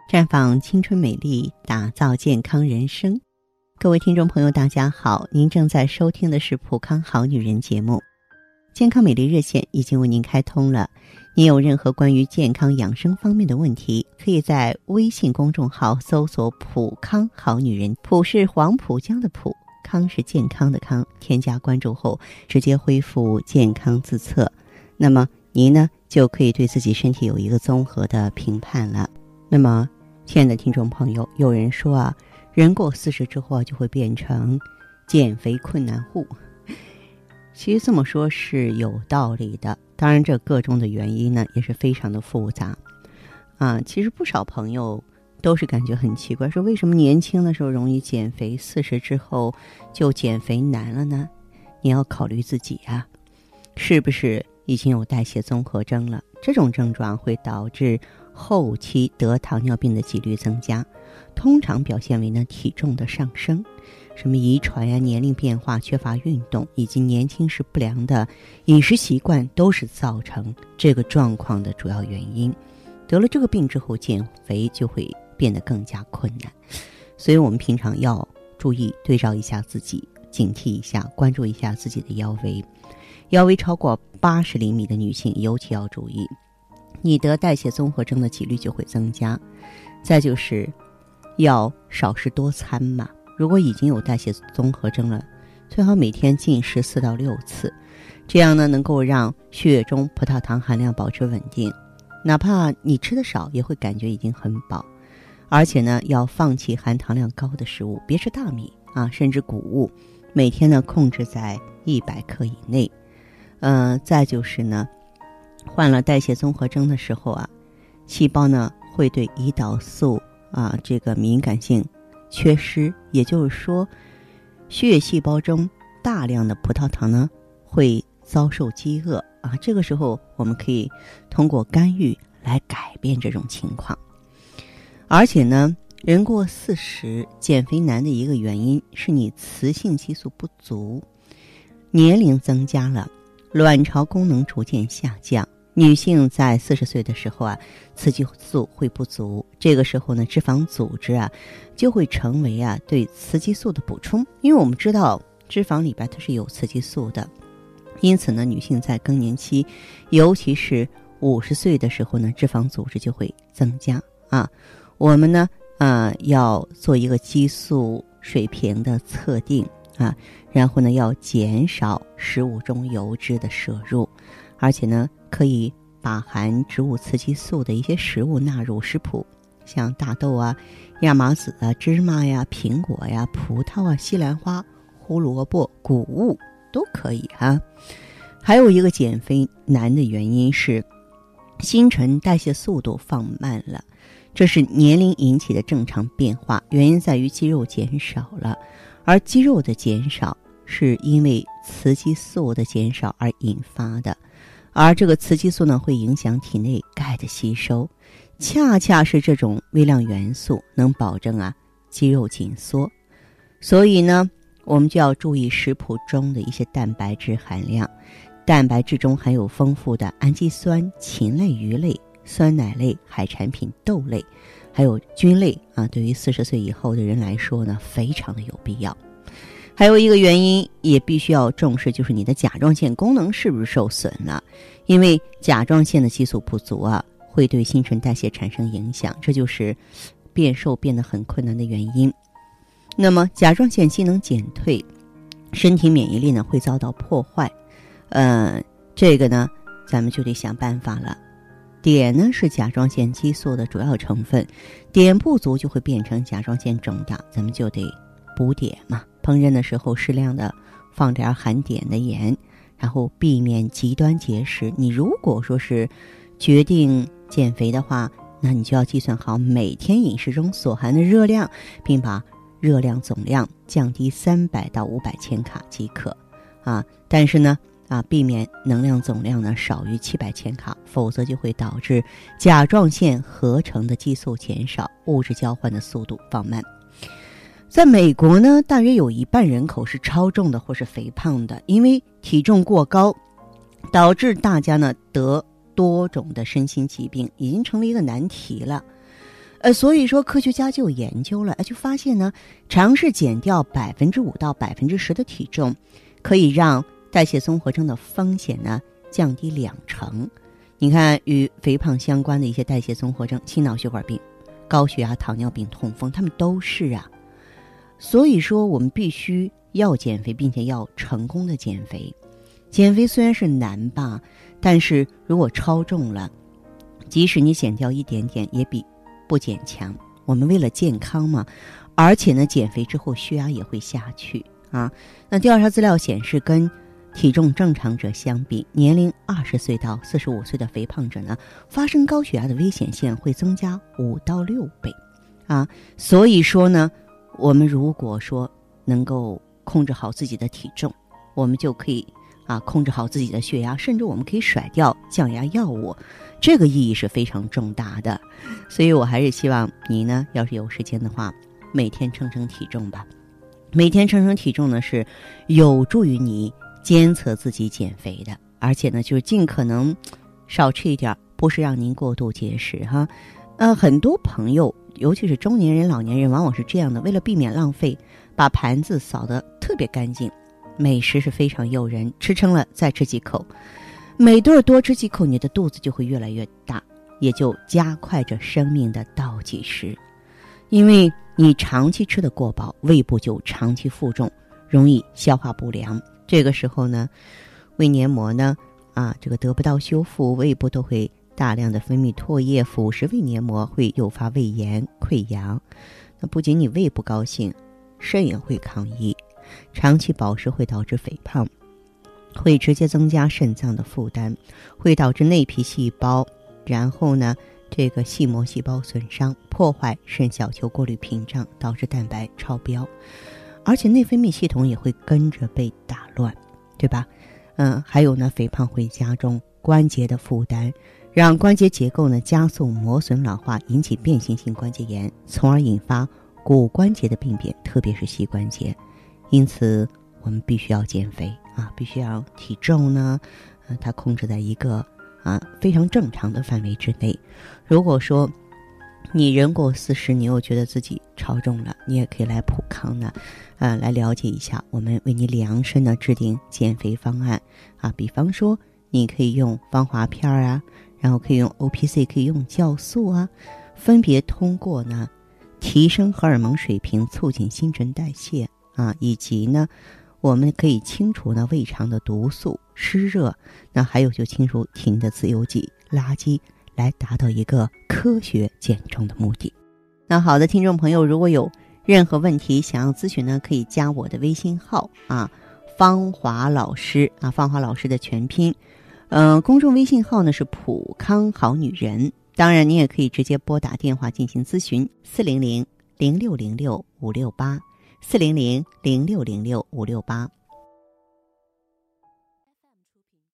绽放青春美丽，打造健康人生。各位听众朋友大家好，您正在收听的是普康好女人节目。健康美丽热线已经为您开通了，您有任何关于健康养生方面的问题，可以在微信公众号搜索普康好女人，普是黄浦江的普，康是健康的康，添加关注后直接恢复健康自测，那么您呢就可以对自己身体有一个综合的评判了。那么亲爱的听众朋友，有人说啊，人过40之后就会变成减肥困难户。其实这么说是有道理的，当然这个中的原因呢也是非常的复杂啊。其实不少朋友都是感觉很奇怪，说为什么年轻的时候容易减肥，40之后就减肥难了呢？你要考虑自己啊，是不是已经有代谢综合征了？这种症状会导致后期得糖尿病的几率增加，通常表现为呢体重的上升，什么遗传呀、年龄变化、缺乏运动以及年轻时不良的饮食习惯都是造成这个状况的主要原因。得了这个病之后，减肥就会变得更加困难，所以我们平常要注意对照一下自己，警惕一下，关注一下自己的腰围。腰围超过80厘米的女性尤其要注意，你得代谢综合征的几率就会增加。再就是要少食多餐嘛，如果已经有代谢综合征了，最好每天进食4到6次，这样呢能够让血液中葡萄糖含量保持稳定，哪怕你吃的少也会感觉已经很饱。而且呢要放弃含糖量高的食物，别吃大米啊，甚至谷物，每天呢控制在100克以内。再就是呢患了代谢综合征的时候啊，细胞呢会对胰岛素这个敏感性缺失，也就是说血液细胞中大量的葡萄糖呢会遭受饥饿啊，这个时候我们可以通过干预来改变这种情况。而且呢人过40减肥难的一个原因是你雌性激素不足，年龄增加了，卵巢功能逐渐下降，女性在40岁的时候啊，雌激素会不足，这个时候呢，脂肪组织啊就会成为对雌激素的补充，因为我们知道脂肪里边它是有雌激素的，因此呢，女性在更年期，尤其是50岁的时候呢，脂肪组织就会增加啊。我们呢要做一个激素水平的测定啊，然后呢要减少食物中油脂的摄入，而且呢可以把含植物雌激素的一些食物纳入食谱，像大豆啊、亚麻籽啊、芝麻呀、苹果呀、葡萄啊、西兰花、胡萝卜、谷物都可以啊。还有一个减肥难的原因是新陈代谢速度放慢了，这是年龄引起的正常变化，原因在于肌肉减少了，而肌肉的减少是因为雌激素的减少而引发的，而这个雌激素呢会影响体内钙的吸收，恰恰是这种微量元素能保证肌肉紧缩。所以呢我们就要注意食谱中的一些蛋白质含量，蛋白质中含有丰富的氨基酸、禽类、鱼类、酸奶类、海产品、豆类还有菌类对于40岁以后的人来说呢非常的有必要。还有一个原因也必须要重视，就是你的甲状腺功能是不是受损了，因为甲状腺的激素不足会对新陈代谢产生影响，这就是变瘦变得很困难的原因。那么甲状腺机能减退，身体免疫力呢会遭到破坏，这个呢咱们就得想办法了。碘呢是甲状腺激素的主要成分，碘不足就会变成甲状腺肿大，咱们就得补碘嘛。烹饪的时候适量的放点含碘的盐，然后避免极端节食。你如果说是决定减肥的话，那你就要计算好每天饮食中所含的热量，并把热量总量降低300到500千卡即可但是呢避免能量总量呢少于700千卡，否则就会导致甲状腺合成的激素减少，物质交换的速度放慢。在美国呢，大约有1半人口是超重的或是肥胖的，因为体重过高，导致大家呢得多种的身心疾病，已经成为一个难题了。 所以说科学家就有研究了，就发现呢，尝试减掉5%到10%的体重，可以让代谢综合征的风险呢降低20%。你看，与肥胖相关的一些代谢综合征，心脑血管病、高血压、糖尿病、痛风，他们都是啊。所以说，我们必须要减肥，并且要成功的减肥。减肥虽然是难吧，但是如果超重了，即使你减掉一点点，也比不减强。我们为了健康嘛，而且呢，减肥之后血压也会下去啊。那调查资料显示，跟体重正常者相比，年龄20岁到45岁的肥胖者呢，发生高血压的危险性会增加5到6倍啊。所以说呢，我们如果说能够控制好自己的体重，我们就可以控制好自己的血压，甚至我们可以甩掉降压药物，这个意义是非常重大的。所以我还是希望你呢，要是有时间的话，每天称称体重吧。每天称称体重呢，是有助于你监测自己减肥的，而且呢，就是尽可能少吃一点，不是让您过度节食哈。很多朋友，尤其是中年人、老年人，往往是这样的，为了避免浪费，把盘子扫得特别干净。美食是非常诱人，吃撑了再吃几口，每顿多吃几口，你的肚子就会越来越大，也就加快着生命的倒计时。因为你长期吃的过饱，胃部就长期负重，容易消化不良。这个时候呢，胃黏膜呢这个得不到修复，胃部都会大量的分泌唾液，腐蚀胃黏膜，会诱发胃炎、溃疡。那不仅你胃不高兴，肾也会抗议。长期暴食会导致肥胖，会直接增加肾脏的负担，会导致内皮细胞，然后呢，这个细膜细胞损伤，破坏肾小球过滤屏障，导致蛋白超标，而且内分泌系统也会跟着被打乱，对吧？还有呢，肥胖会加重关节的负担，让关节结构呢加速磨损老化，引起变形性关节炎，从而引发骨关节的病变，特别是膝关节。因此我们必须要减肥必须要体重呢它控制在一个非常正常的范围之内。如果说你人过40，你又觉得自己超重了，你也可以来普康呢来了解一下，我们为你量身的制定减肥方案比方说你可以用芳华片然后可以用 OPC， 可以用酵素分别通过呢提升荷尔蒙水平，促进新陈代谢以及呢，我们可以清除呢胃肠的毒素、湿热，那还有就清除体内的自由基、垃圾，来达到一个科学减重的目的。那好的，听众朋友，如果有任何问题想要咨询呢，可以加我的微信号芳华老师芳华老师的全拼，公众微信号呢是普康好女人。当然，你也可以直接拨打电话进行咨询，400-0606-568。400-0606-568